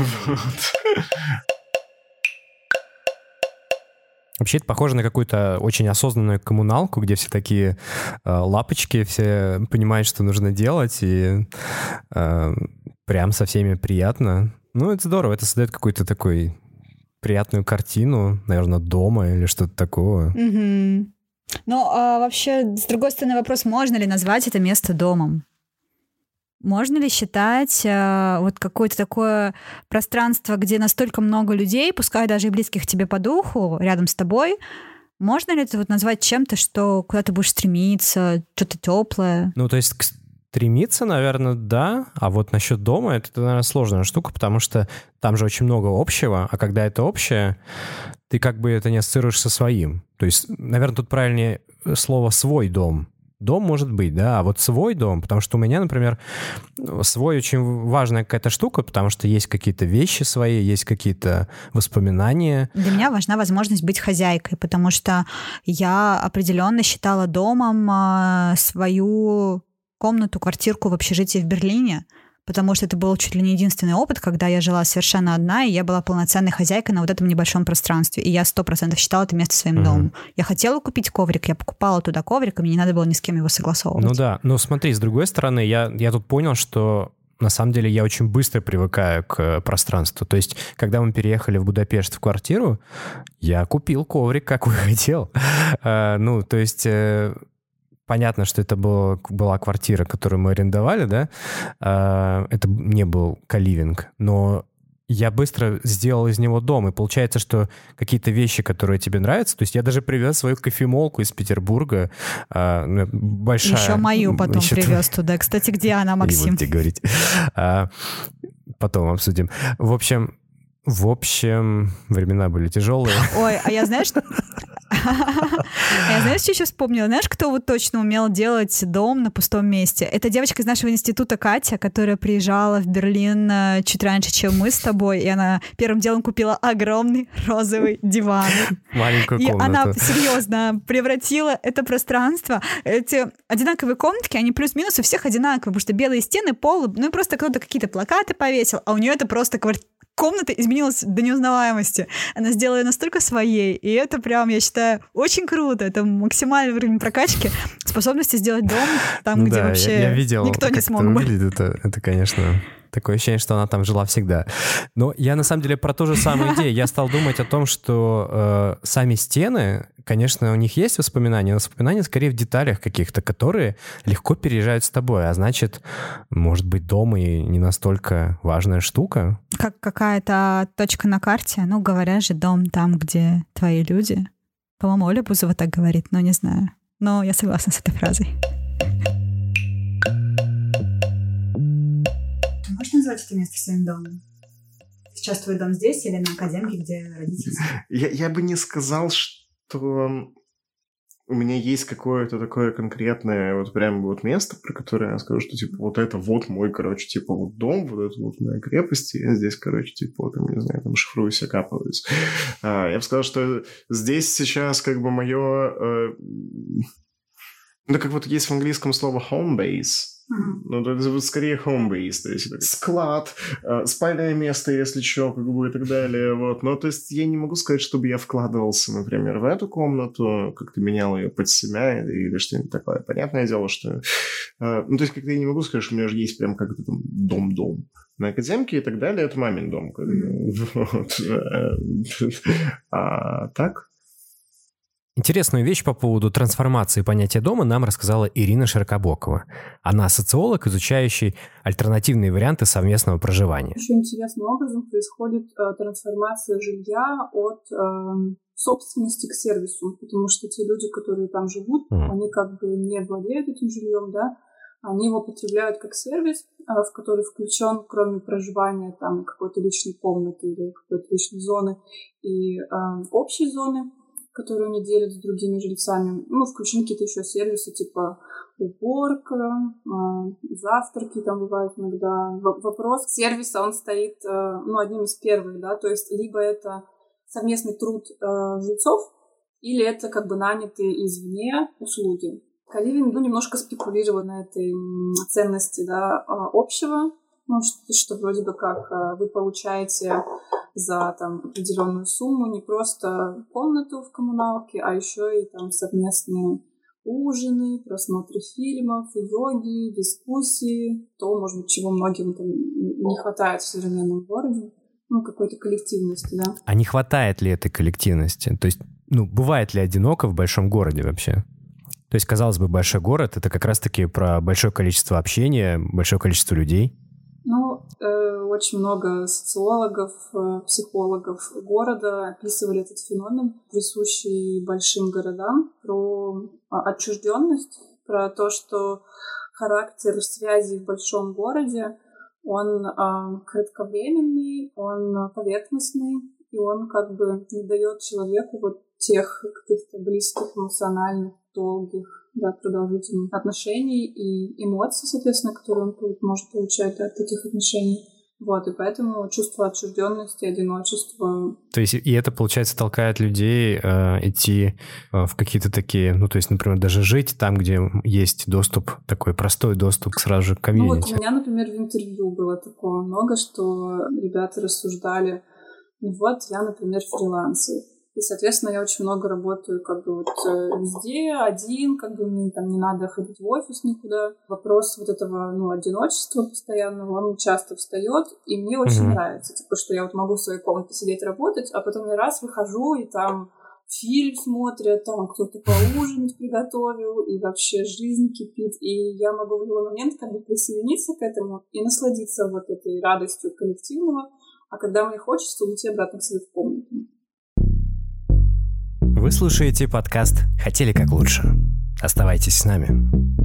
Вообще это похоже на какую-то очень осознанную коммуналку, где все такие э, лапочки, все понимают, что нужно делать, и э, прям со всеми приятно. Ну, это здорово, это создает какую-то такую приятную картину, наверное, дома или что-то такого. Mm-hmm. Ну, а вообще, с другой стороны, вопрос, можно ли назвать это место домом? Можно ли считать э, вот какое-то такое пространство, где настолько много людей, пускай даже и близких тебе по духу, рядом с тобой, можно ли это вот назвать чем-то, что куда ты будешь стремиться, что-то теплое? Ну, то есть стремиться, наверное, да, а вот насчет дома это, наверное, сложная штука, потому что там же очень много общего, а когда это общее, ты как бы это не ассоциируешь со своим. То есть, наверное, тут правильнее слово «свой дом». Дом может быть, да, а вот свой дом, потому что у меня, например, свой очень важная какая-то штука, потому что есть какие-то вещи свои, есть какие-то воспоминания. Для меня важна возможность быть хозяйкой, потому что я определенно считала домом свою комнату, квартирку в общежитии в Берлине, потому что это был чуть ли не единственный опыт, когда я жила совершенно одна, и я была полноценной хозяйкой на вот этом небольшом пространстве, и я сто процентов считала это место своим mm-hmm. домом. Я хотела купить коврик, я покупала туда коврик, и мне не надо было ни с кем его согласовывать. Ну да, но смотри, с другой стороны, я, я тут понял, что на самом деле я очень быстро привыкаю к пространству. То есть, когда мы переехали в Будапешт в квартиру, я купил коврик, какой хотел. Ну, то есть... Понятно, что это было, была квартира, которую мы арендовали, да, это не был коливинг, но я быстро сделал из него дом, и получается, что какие-то вещи, которые тебе нравятся, то есть я даже привез свою кофемолку из Петербурга, большая. Еще мою потом еще привез твой... туда. Кстати, где она, Максим? Не будете говорить. Потом обсудим. В общем, в общем, времена были тяжелые. Ой, а я, знаешь... Я, знаешь, что еще вспомнила? Знаешь, кто вот точно умел делать дом на пустом месте? Это девочка из нашего института Катя, которая приезжала в Берлин чуть раньше, чем мы с тобой, и она первым делом купила огромный розовый диван. Маленькую и комнату. И она серьезно превратила это пространство. Эти одинаковые комнатки, они плюс-минус у всех одинаковые, потому что белые стены, пол, ну и просто кто-то какие-то плакаты повесил, а у нее это просто квартира. Комната изменилась до неузнаваемости. Она сделала ее настолько своей, и это прям, я считаю, очень круто. Это максимальный уровень прокачки, способности сделать дом там, ну где да, вообще я, я видел, никто не смог бы. Выглядит, это, это, конечно... Такое ощущение, что она там жила всегда. Но я, на самом деле, про ту же самую идею. Я стал думать о том, что э, сами стены, конечно, у них есть воспоминания, но воспоминания скорее в деталях каких-то, которые легко переезжают с тобой. А значит, может быть, дом и не настолько важная штука. Как какая-то точка на карте. Ну, говорят же, дом там, где твои люди. По-моему, Оля Бузова так говорит, но не знаю. Но я согласна с этой фразой. Можешь назвать это место своим домом? Сейчас твой дом здесь или на Академке, где родители? Я, я бы не сказал, что у меня есть какое-то такое конкретное вот прям вот место, про которое я скажу, что типа вот это вот мой, короче, типа вот дом, вот это вот моя крепость, и я здесь, короче, типа вот, там, не знаю, там шифруюсь, окапываюсь. А, я бы сказал, что здесь сейчас как бы мое... Э, ну, как вот есть в английском слово home base. Uh-huh. Ну, это вот скорее home base, то есть склад, э, спальное место, если что, как бы и так далее, вот. Но, то есть, я не могу сказать, чтобы я вкладывался, например, в эту комнату, как-то менял ее под себя или что-нибудь такое. Понятное дело, что... Э, ну, то есть, как-то я не могу сказать, что у меня же есть прям как-то там дом-дом. На Академке и так далее, это мамин дом. А так... Интересную вещь по поводу трансформации понятия дома нам рассказала Ирина Широкобокова. Она социолог, изучающий альтернативные варианты совместного проживания. Еще интересным образом происходит э, трансформация жилья от э, собственности к сервису, потому что те люди, которые там живут, mm. они как бы не владеют этим жильем, да, они его потребляют как сервис, э, в который включен, кроме проживания, там какой-то личной комнаты или какой-то личной зоны и э, общей зоны, которые они делят с другими жильцами. Ну, включены какие-то еще сервисы, типа уборка, э, завтраки там бывают иногда. В- вопрос сервиса, он стоит, э, ну, одним из первых, да, то есть либо это совместный труд э, жильцов, или это как бы нанятые извне услуги. Каливинг, ну, немножко спекулировал на этой ценности, да, общего, ну, что, что вроде бы как э, вы получаете за там определенную сумму не просто комнату в коммуналке, а еще и там совместные ужины, просмотры фильмов, йоги, дискуссии, то, может быть, чего многим там не хватает в современном городе, ну, какой-то коллективности, да. А не хватает ли этой коллективности? То есть, ну, бывает ли одиноко в большом городе вообще? То есть, казалось бы, большой город — это как раз-таки про большое количество общения, большое количество людей. Ну, э, очень много социологов, э, психологов города описывали этот феномен, присущий большим городам, про отчужденность, про то, что характер связи в большом городе, он э, кратковременный, он поверхностный, и он как бы не дает человеку вот тех каких-то близких, эмоциональных, долгих, да, продолжительных отношений и эмоций, соответственно, которые он может получать от таких отношений. Вот, и поэтому чувство отчужденности, одиночества. То есть и это, получается, толкает людей э, идти э, в какие-то такие, ну, то есть, например, даже жить там, где есть доступ, такой простой доступ сразу же к комьюнити. Ну вот у меня, например, в интервью было такого много, что ребята рассуждали, ну вот я, например, фрилансер. И, соответственно, я очень много работаю как бы вот везде, один, как бы мне там не надо ходить в офис никуда. Вопрос вот этого, ну, одиночества постоянного, он часто встает, и мне очень mm-hmm. нравится, типа, что я вот могу в своей комнате сидеть работать, а потом я раз выхожу, и там фильм смотрят, там кто-то поужинать приготовил, и вообще жизнь кипит, и я могу в любой момент как бы присоединиться к этому и насладиться вот этой радостью коллективного, а когда мне хочется, уйти обратно к себе в комнату. Вы слушаете подкаст «Хотели как лучше». Оставайтесь с нами.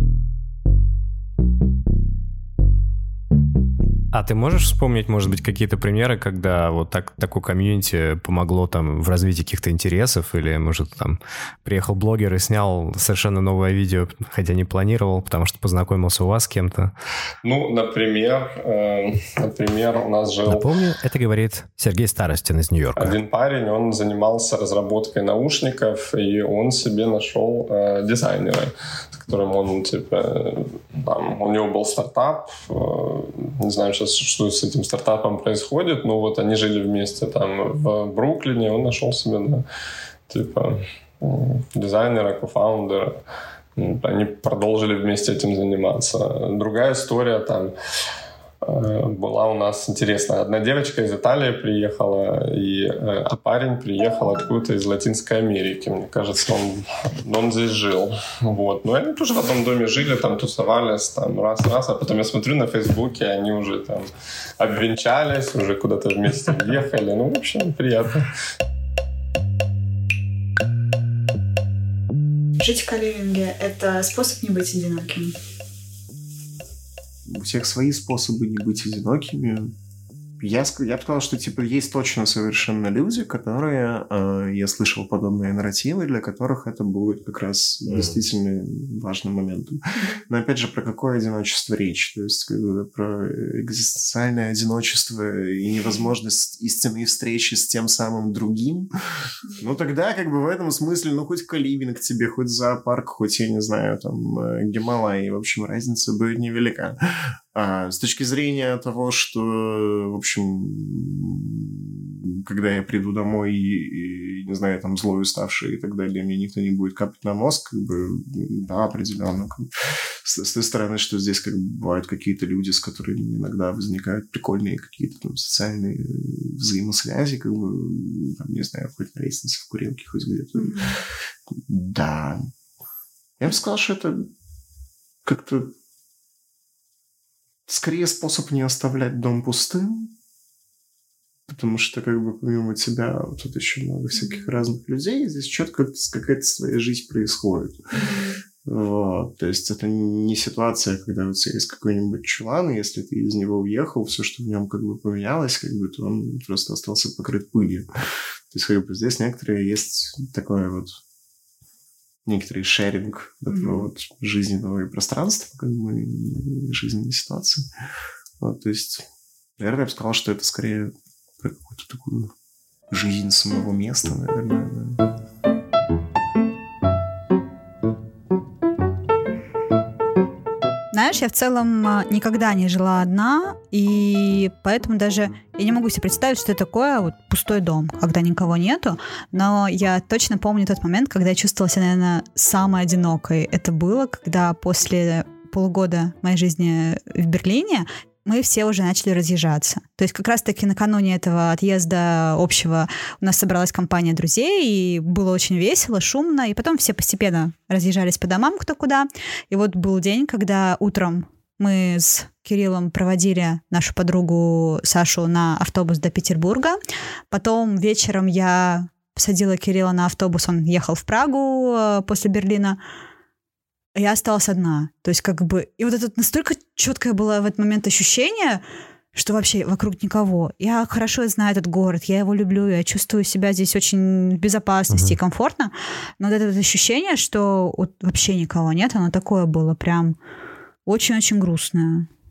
А ты можешь вспомнить, может быть, какие-то примеры, когда вот так, такое комьюнити помогло там в развитии каких-то интересов, или, может, там приехал блогер и снял совершенно новое видео, хотя не планировал, потому что познакомился у вас с кем-то? Ну, например, э, например, у нас жил... Напомню, это говорит Сергей Старостин из Нью-Йорка. Один парень, он занимался разработкой наушников, и он себе нашел э, дизайнера, с которым он, типа, там, у него был стартап, э, не знаю, сейчас что с этим стартапом происходит, но вот они жили вместе там в Бруклине, он нашел себе, да, типа, дизайнера, кофаундера. Они продолжили вместе этим заниматься. Другая история там была у нас интересная. Одна девочка из Италии приехала, и, а парень приехал откуда-то из Латинской Америки. Мне кажется, он, он здесь жил. Вот. Но они тоже в одном доме жили, там тусовались там раз-раз, а потом я смотрю на Фейсбуке, они уже там обвенчались, уже куда-то вместе ехали. Ну, в общем, приятно. Жить в коливинге — это способ не быть одиноким? У всех свои способы не быть одинокими. Я, я бы сказал, что типа есть точно совершенно люди, которые, э, я слышал подобные нарративы, для которых это будет как раз mm. действительно важным моментом. Но опять же, про какое одиночество речь? То есть как бы, про экзистенциальное одиночество и невозможность истинной встречи с тем самым другим. Ну тогда как бы в этом смысле, ну хоть коливинг тебе, хоть зоопарк, хоть, я не знаю, там Гималайи, в общем, разница будет невелика. А с точки зрения того, что, в общем, когда я приду домой и, и не знаю, там, злой, уставший и так далее, мне никто не будет капать на мозг, как бы, да, определенно. С, с той стороны, что здесь как бы бывают какие-то люди, с которыми иногда возникают прикольные какие-то там социальные взаимосвязи, как бы, там, не знаю, хоть на лестнице, в курилке, хоть где-то. Mm-hmm. Да. Я бы сказал, что это как-то скорее способ не оставлять дом пустым, потому что, как бы, помимо тебя, вот тут еще много всяких разных людей, здесь четко какая-то своя жизнь происходит. Вот. То есть это не ситуация, когда у тебя есть какой-нибудь чулан, и если ты из него уехал, все, что в нем как бы поменялось, как бы, то он просто остался покрыт пылью. То есть, как бы, здесь некоторые есть такое вот некоторый шеринг этого mm-hmm. вот жизненного пространства, как бы, и жизненной ситуации. Вот, то есть, наверное, я бы сказал, что это скорее про какую-то такую жизнь самого места, наверное. Да. Знаешь, я в целом никогда не жила одна, и поэтому даже я не могу себе представить, что это такое вот пустой дом, когда никого нету, но я точно помню тот момент, когда я чувствовала себя, наверное, самой одинокой. Это было, когда после полугода моей жизни в Берлине мы все уже начали разъезжаться. То есть как раз-таки накануне этого отъезда общего у нас собралась компания друзей, и было очень весело, шумно, и потом все постепенно разъезжались по домам кто куда. И вот был день, когда утром мы с Кириллом проводили нашу подругу Сашу на автобус до Петербурга. Потом вечером я посадила Кирилла на автобус, он ехал в Прагу после Берлина. Я осталась одна. То есть как бы... И вот это настолько четкое было в этот момент ощущение, что вообще вокруг никого. Я хорошо знаю этот город, я его люблю, я чувствую себя здесь очень в безопасности uh-huh. и комфортно. Но вот это вот ощущение, что вот вообще никого нет, оно такое было прям очень-очень грустное.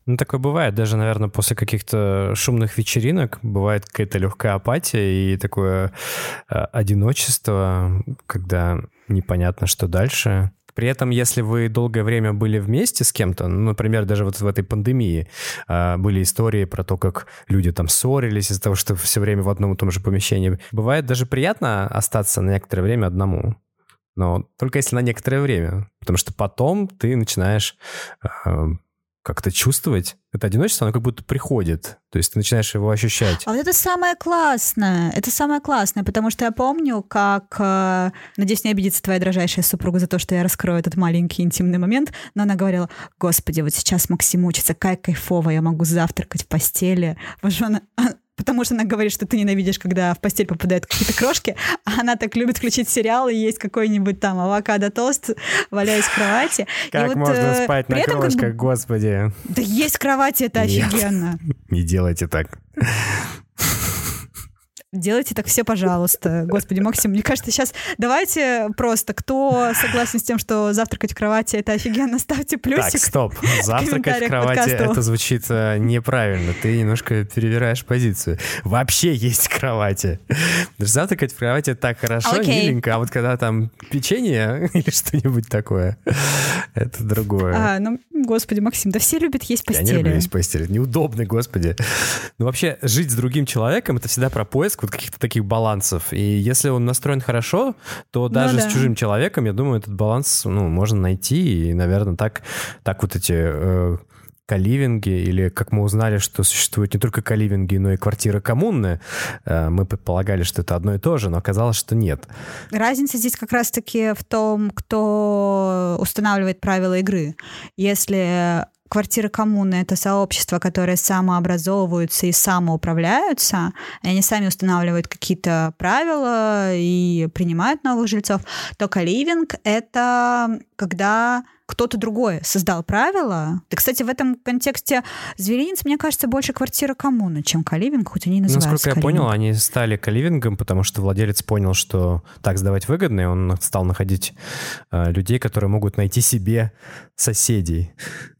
Ну, такое бывает. Даже, наверное, после каких-то шумных вечеринок бывает какая-то легкая апатия и такое одиночество, когда непонятно, что дальше. При этом, если вы долгое время были вместе с кем-то, ну, например, даже вот в этой пандемии э, были истории про то, как люди там ссорились из-за того, что все время в одном и том же помещении. Бывает даже приятно остаться на некоторое время одному, но только если на некоторое время, потому что потом ты начинаешь э, как-то чувствовать это одиночество, оно как будто приходит, то есть ты начинаешь его ощущать. А вот это самое классное, это самое классное, потому что я помню, как, э, надеюсь, не обидится твоя дрожайшая супруга за то, что я раскрою этот маленький интимный момент, но она говорила: господи, вот сейчас Максим учится, как кайфово, я могу завтракать в постели. Она, потому что она говорит, что ты ненавидишь, когда в постель попадают какие-то крошки, а она так любит включить сериал и есть какой-нибудь там авокадо-тост, валяясь в кровати. Как и вот, можно э, спать на этом, крошках, как бы, господи. Да есть кровати, это Нет. офигенно. Не делайте так. Делайте так все, пожалуйста. Господи, Максим, мне кажется, сейчас давайте просто, кто согласен с тем, что завтракать в кровати — это офигенно, ставьте плюсик. Так, стоп. Завтракать в комментариях кровати — подкасту. это звучит э, неправильно. Ты немножко перевираешь позицию. Вообще есть кровати. Завтракать в кровати — это так хорошо, Окей. миленько, а вот когда там печенье или что-нибудь такое, это другое. А, ну, господи, Максим, да все любят есть Я постели. не люблю есть постель. Это неудобно, господи. Но вообще жить с другим человеком — это всегда про поиск вот каких-то таких балансов. И если он настроен хорошо, то даже Ну с да. чужим человеком, я думаю, этот баланс, ну, можно найти. И, наверное, так, так вот эти э, коливинги, или как мы узнали, что существуют не только коливинги, но и квартиры коммунные, э, мы предполагали, что это одно и то же, но оказалось, что нет. Разница здесь как раз-таки в том, кто устанавливает правила игры. Если квартиры коммуны — это сообщества, которые самообразовываются и самоуправляются, и они сами устанавливают какие-то правила и принимают новых жильцов, то коливинг — это когда кто-то другой создал правила. Да, кстати, в этом контексте Зверинец, мне кажется, больше квартира коммуны, чем коливинг, хоть они и называются Насколько я коливинг. понял, они стали коливингом, потому что владелец понял, что так сдавать выгодно, и он стал находить э, людей, которые могут найти себе соседей.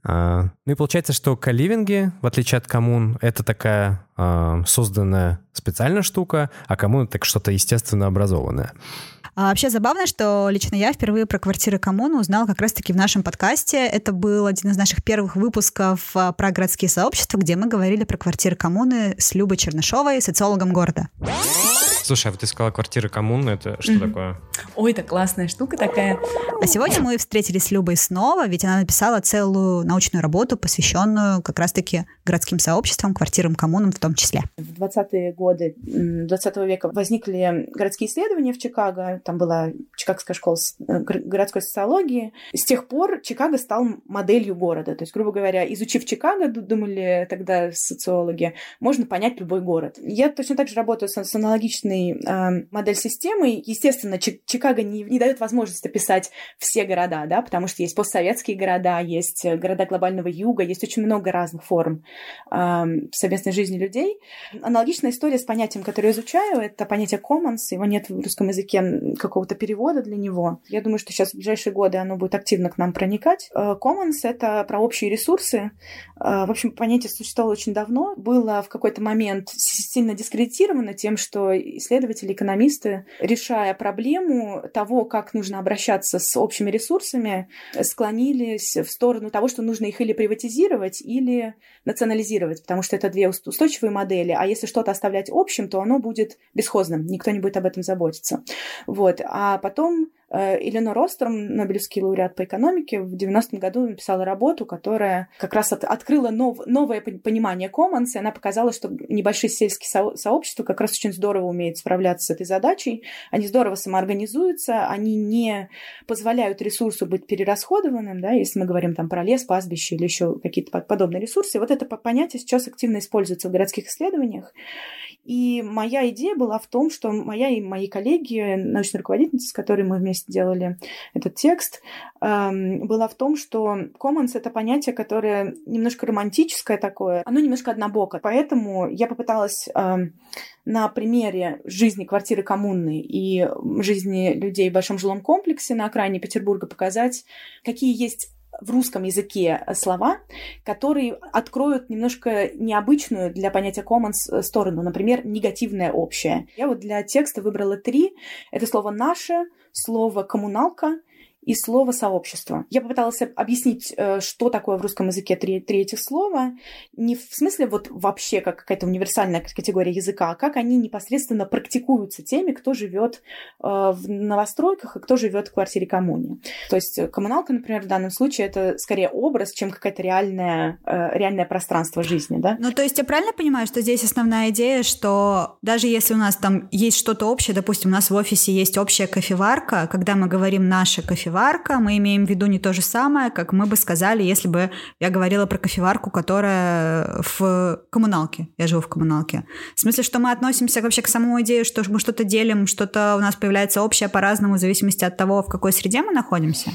А, ну и получается, что коливинги, в отличие от коммун, это такая э, созданная специальная штука, а коммуна — так что-то естественно образованное. А вообще забавно, что лично я впервые про квартиры коммуны узнала как раз-таки в нашем подкасте. Это был один из наших первых выпусков а, про городские сообщества, где мы говорили про квартиры коммуны с Любой Чернышовой, социологом города. Слушай, а вот ты сказала квартиры коммуны, это что Мгм. такое? Ой, это классная штука такая. А сегодня мы встретились с Любой снова, ведь она написала целую научную работу, посвященную как раз-таки городским сообществам, квартирам коммунам в том числе. В двадцатые годы двадцатого века возникли городские исследования в Чикаго. Там была Чикагская школа с- э, гор- городской социологии. С тех пор Чикаго стал моделью города. То есть, грубо говоря, изучив Чикаго, ду- думали тогда социологи, можно понять любой город. Я точно так же работаю с, с аналогичной э, модель-системой. Естественно, Чи- Чикаго не, не дает возможности описать все города, да, потому что есть постсоветские города, есть города глобального юга, есть очень много разных форм э, совместной жизни людей. Аналогичная история с понятием, которое я изучаю, это понятие commons. Его нет в русском языке какого-то перевода для него. Я думаю, что сейчас в ближайшие годы оно будет активно к нам проникать. Э, Commons — это про общие ресурсы. Э, В общем, понятие существовало очень давно. Было в какой-то момент сильно дискредитировано тем, что исследователи, экономисты, решая проблему того, как нужно обращаться с общими ресурсами, склонились в сторону того, что нужно их или приватизировать, или национализировать, потому что это две уст- устойчивые модели, а если что-то оставлять общим, то оно будет бесхозным, никто не будет об этом заботиться. Вот. А потом э, Эленор Остром, Нобелевский лауреат по экономике, в девяностом году написала работу, которая как раз от- открыла нов- новое пон- понимание commons, и она показала, что небольшие сельские со- сообщества как раз очень здорово умеют справляться с этой задачей, они здорово самоорганизуются, они не позволяют ресурсу быть перерасходованным, да, если мы говорим там про лес, пастбище или еще какие-то под- подобные ресурсы. Вот это по- понятие сейчас активно используется в городских исследованиях. И моя идея была в том, что моя и мои коллеги, научные руководительницы, с которой мы вместе делали этот текст, эм, была в том, что commons — это понятие, которое немножко романтическое такое, оно немножко однобоко. Поэтому я попыталась эм, на примере жизни квартиры коммунной и жизни людей в большом жилом комплексе на окраине Петербурга показать, какие есть в русском языке слова, которые откроют немножко необычную для понятия commons сторону, например, негативное общее. Я вот для текста выбрала три. Это слово «наше», слово «коммуналка» и слово «сообщество». Я попыталась объяснить, что такое в русском языке три, три этих слова, не в смысле вот вообще как какая-то универсальная категория языка, а как они непосредственно практикуются теми, кто живет в новостройках и кто живет в квартире-коммуне. То есть коммуналка, например, в данном случае это скорее образ, чем какое-то реальное, реальное пространство жизни, да? Ну, то есть я правильно понимаю, что здесь основная идея, что даже если у нас там есть что-то общее, допустим, у нас в офисе есть общая кофеварка, когда мы говорим «наша кофеварка», мы имеем в виду не то же самое, как мы бы сказали, если бы я говорила про кофеварку, которая в коммуналке. Я живу в коммуналке. В смысле, что мы относимся вообще к самой идее, что мы что-то делим, что-то у нас появляется общее по-разному в зависимости от того, в какой среде мы находимся?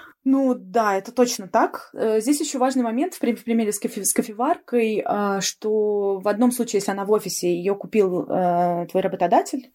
Ну да, это точно так. Здесь еще важный момент в примере с, кофе, с кофеваркой, что в одном случае, если она в офисе, ее купил твой работодатель,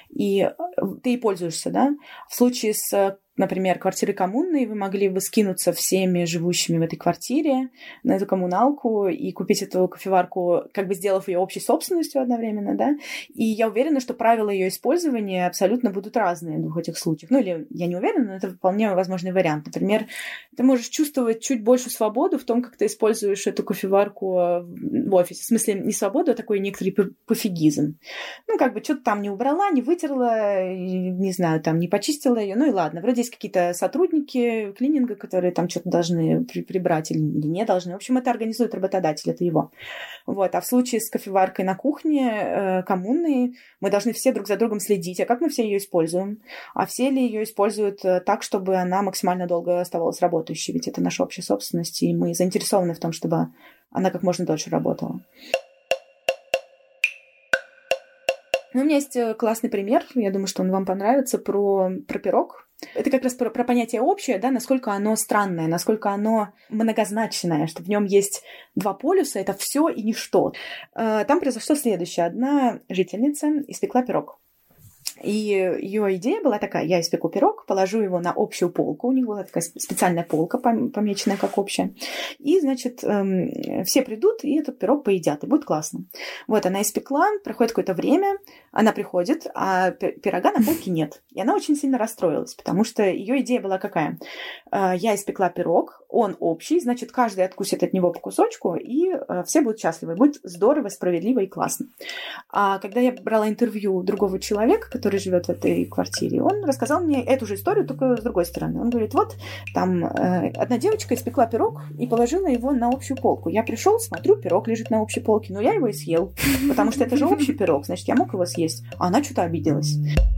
и ты ей пользуешься, да? В случае с, например, квартирой коммунной, вы могли бы скинуться всеми живущими в этой квартире на эту коммуналку и купить эту кофеварку, как бы сделав ее общей собственностью одновременно, да? И я уверена, что правила ее использования абсолютно будут разные в двух этих случаях. Ну, или я не уверена, но это вполне возможный вариант. Например, ты можешь чувствовать чуть больше свободу в том, как ты используешь эту кофеварку в офисе. В смысле, не свободу, а такой некоторый пофигизм. Ну, как бы что-то там не убрала, не вытерла, не знаю, там не почистила ее, ну и ладно. Вроде есть какие-то сотрудники клининга, которые там что-то должны при- прибрать или, или не должны. В общем, это организует работодатель, это его. Вот. А в случае с кофеваркой на кухне э, коммунной мы должны все друг за другом следить. А как мы все ее используем? А все ли ее используют так, чтобы она максимально долго оставалась работающей? Ведь это наша общая собственность, и мы заинтересованы в том, чтобы она как можно дольше работала. Ну, у меня есть классный пример, я думаю, что он вам понравится, про, про пирог. Это как раз про, про понятие общее, да, насколько оно странное, насколько оно многозначное, что в нем есть два полюса, это все и ничто. Там произошло следующее. Одна жительница испекла пирог. И ее идея была такая: я испеку пирог, положу его на общую полку, у них была такая специальная полка, помеченная как общая, и, значит, эм, все придут и этот пирог поедят, и будет классно. Вот, она испекла, проходит какое-то время, она приходит, а пирога на полке нет. И она очень сильно расстроилась, потому что ее идея была какая? Э, я испекла пирог, он общий, значит, каждый откусит от него по кусочку, и э, все будут счастливы, будет здорово, справедливо и классно. А когда я брала интервью у другого человека, который живет в этой квартире, он рассказал мне эту же историю, только с другой стороны. Он говорит: вот там э, одна девочка испекла пирог и положила его на общую полку. Я пришел, смотрю, пирог лежит на общей полке, но я его и съел, потому что это же общий пирог, значит, я мог его съесть. А она что-то обиделась.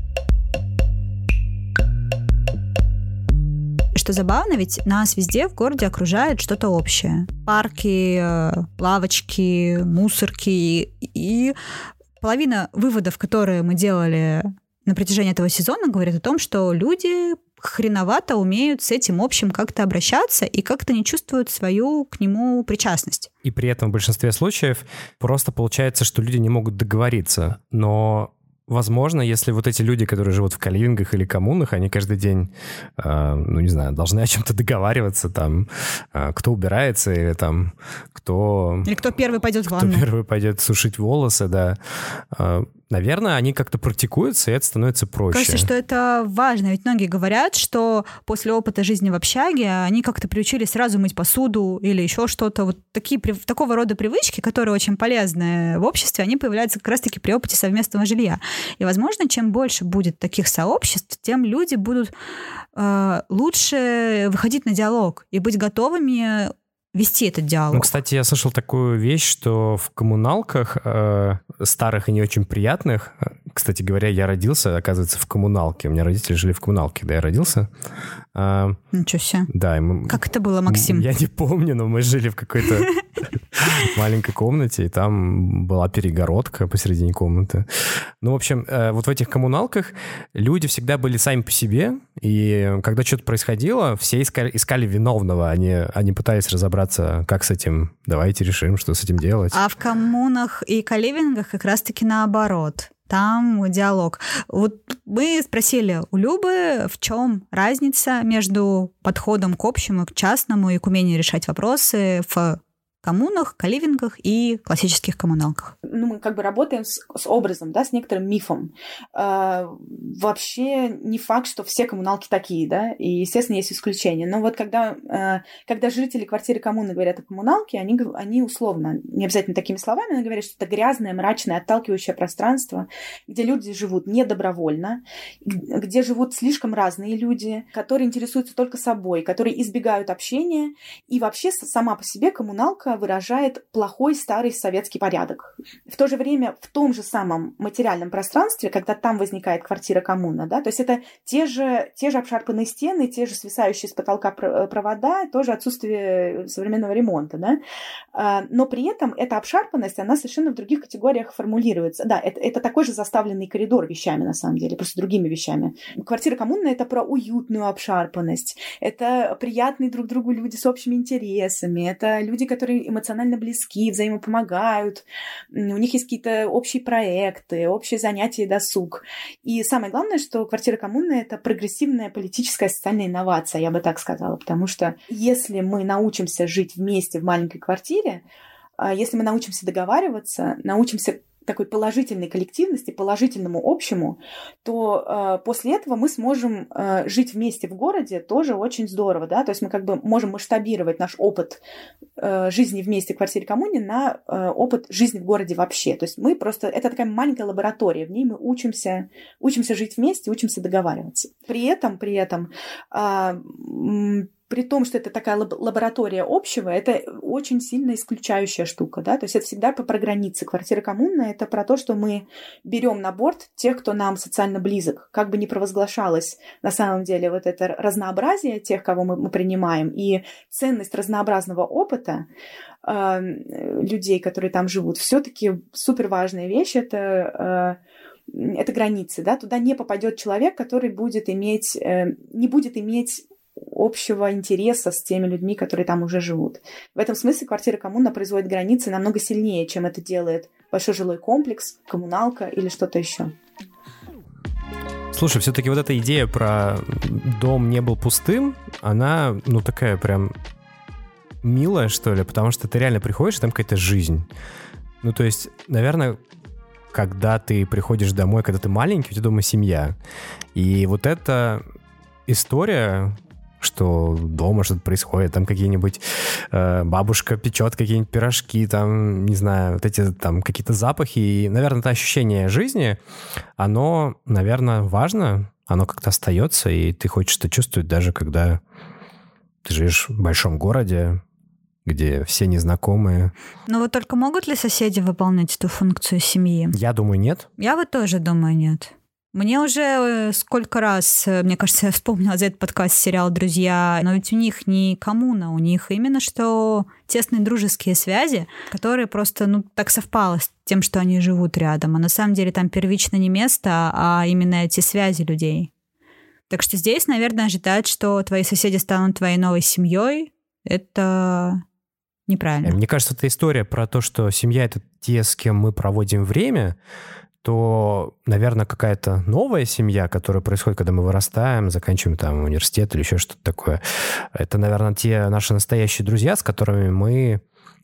Что забавно, ведь нас везде в городе окружает что-то общее. Парки, лавочки, мусорки. И половина выводов, которые мы делали на протяжении этого сезона, говорит о том, что люди хреновато умеют с этим общим как-то обращаться и как-то не чувствуют свою к нему причастность. И при этом в большинстве случаев просто получается, что люди не могут договориться. Но, возможно, если вот эти люди, которые живут в коливингах или коммунах, они каждый день, э, ну, не знаю, должны о чем-то договариваться, там, э, кто убирается или там, кто... Или кто первый пойдет в кто ванну. Кто первый пойдет сушить волосы, да. Э, наверное, они как-то практикуются, и это становится проще. Кажется, что это важно. Ведь многие говорят, что после опыта жизни в общаге они как-то приучились сразу мыть посуду или еще что-то. Вот такие, такого рода привычки, которые очень полезны в обществе, они появляются как раз-таки при опыте совместного жилья. И, возможно, чем больше будет таких сообществ, тем люди будут э, лучше выходить на диалог и быть готовыми вести этот диалог. Ну, кстати, я слышал такую вещь, что в коммуналках э, старых и не очень приятных, кстати говоря, я родился, оказывается, в коммуналке. У меня родители жили в коммуналке, когда я родился. Э, Ничего себе. Да. Мы, как это было, Максим? Я не помню, но мы жили в какой-то маленькой комнате, и там была перегородка посередине комнаты. Ну, в общем, э, вот в этих коммуналках люди всегда были сами по себе, и когда что-то происходило, все искали, искали виновного, они, они пытались разобраться, как с этим, давайте решим, что с этим делать. А в коммунах и коливингах как раз-таки наоборот. там диалог. Вот мы спросили у Любы, в чем разница между подходом к общему, к частному и к умению решать вопросы в коммунах, коливингах и классических коммуналках. Ну, мы как бы работаем с, с образом, да, с некоторым мифом. Э, вообще не факт, что все коммуналки такие, да, и, естественно, есть исключения. Но вот когда, э, когда жители квартиры коммуны говорят о коммуналке, они, они условно, не обязательно такими словами, но говорят, что это грязное, мрачное, отталкивающее пространство, где люди живут недобровольно, где живут слишком разные люди, которые интересуются только собой, которые избегают общения, и вообще сама по себе коммуналка выражает плохой старый советский порядок. В то же время в том же самом материальном пространстве, когда там возникает квартира-коммуна, да, то есть это те же, те же обшарпанные стены, те же свисающие с потолка провода, тоже отсутствие современного ремонта, да, но при этом эта обшарпанность, она совершенно в других категориях формулируется. Да, это, это такой же заставленный коридор вещами, на самом деле, просто другими вещами. Квартира-коммуна — это про уютную обшарпанность, это приятные друг другу люди с общими интересами, это люди, которые эмоционально близки, взаимопомогают, у них есть какие-то общие проекты, общие занятия и досуг. И самое главное, что квартира коммуны — это прогрессивная политическая социальная инновация, я бы так сказала, потому что если мы научимся жить вместе в маленькой квартире, если мы научимся договариваться, научимся такой положительной коллективности, положительному общему, то э, после этого мы сможем э, жить вместе в городе тоже очень здорово, да, то есть мы как бы можем масштабировать наш опыт э, жизни вместе в квартире-коммуне на э, опыт жизни в городе вообще, то есть мы просто, это такая маленькая лаборатория, в ней мы учимся, учимся жить вместе, учимся договариваться. При этом, при этом э, при том, что это такая лаборатория общего, это очень сильно исключающая штука, да, то есть это всегда про границы. Квартира коммуна — это про то, что мы берем на борт тех, кто нам социально близок, как бы ни провозглашалось на самом деле вот это разнообразие тех, кого мы, мы принимаем, и ценность разнообразного опыта э, людей, которые там живут, все-таки супер важная вещь — это э, это границы, да, туда не попадет человек, который будет иметь, э, не будет иметь общего интереса с теми людьми, которые там уже живут. В этом смысле квартира-коммуна производит границы намного сильнее, чем это делает большой жилой комплекс, коммуналка или что-то еще. Слушай, все-таки вот эта идея про дом не был пустым, она, ну, такая прям милая, что ли, потому что ты реально приходишь, и там какая-то жизнь. Ну, то есть, наверное, когда ты приходишь домой, когда ты маленький, у тебя дома семья. И вот эта история, что дома что-то происходит, там какие-нибудь э, бабушка печет какие-нибудь пирожки, там, не знаю, вот эти там какие-то запахи, и, наверное, это ощущение жизни, оно, наверное, важно, оно как-то остается, и ты хочешь это чувствовать даже когда ты живешь в большом городе, где все незнакомые. Но вот только могут ли соседи выполнять эту функцию семьи? Я думаю, нет. Я вот тоже думаю, нет. Мне уже сколько раз, мне кажется, я вспомнила за этот подкаст сериал «Друзья», но ведь у них не коммуна, у них именно что тесные дружеские связи, которые просто, ну, так совпало с тем, что они живут рядом. А на самом деле там первично не место, а именно эти связи людей. Так что здесь, наверное, ожидать, что твои соседи станут твоей новой семьей, это неправильно. Мне кажется, это история про то, что семья — это те, с кем мы проводим время, то, наверное, какая-то новая семья, которая происходит, когда мы вырастаем, заканчиваем там университет или еще что-то такое, это, наверное, те наши настоящие друзья, с которыми мы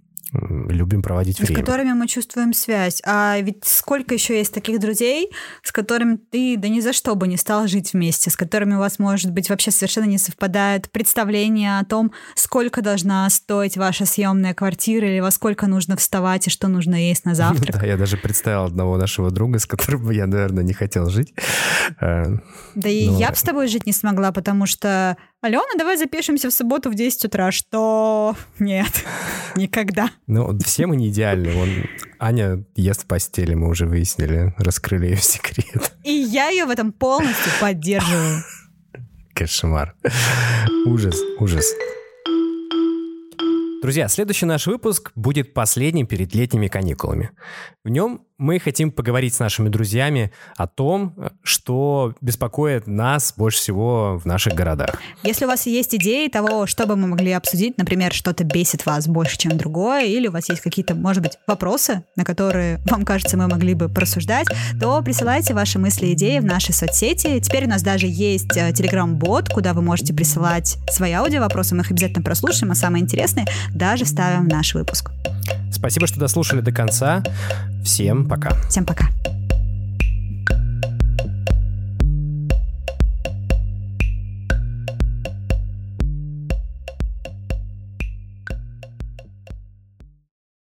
любим проводить время. С которыми мы чувствуем связь. А ведь сколько еще есть таких друзей, с которыми ты да ни за что бы не стал жить вместе, с которыми у вас, может быть, вообще совершенно не совпадает представление о том, сколько должна стоить ваша съемная квартира или во сколько нужно вставать и что нужно есть на завтрак. Да, я даже представил одного нашего друга, с которым бы я, наверное, не хотел жить. Да и я бы с тобой жить не смогла, потому что Алена, давай запишемся в субботу в десять утра. Что? Нет, никогда. Ну, все мы не идеальны. Вон, Аня ест в постели, мы уже выяснили, раскрыли ее секрет. И я ее в этом полностью поддерживаю. Кошмар. Ужас, ужас. Друзья, следующий наш выпуск будет последним перед летними каникулами. В нем мы хотим поговорить с нашими друзьями о том, что беспокоит нас больше всего в наших городах. Если у вас есть идеи того, что бы мы могли обсудить, например, что-то бесит вас больше, чем другое, или у вас есть какие-то, может быть, вопросы, на которые, вам кажется, мы могли бы порассуждать, то присылайте ваши мысли и идеи в наши соцсети. Теперь у нас даже есть телеграм-бот, куда вы можете присылать свои аудиовопросы, мы их обязательно прослушаем, а самое интересное даже вставим в наш выпуск. Спасибо, что дослушали до конца. Всем пока. Всем пока.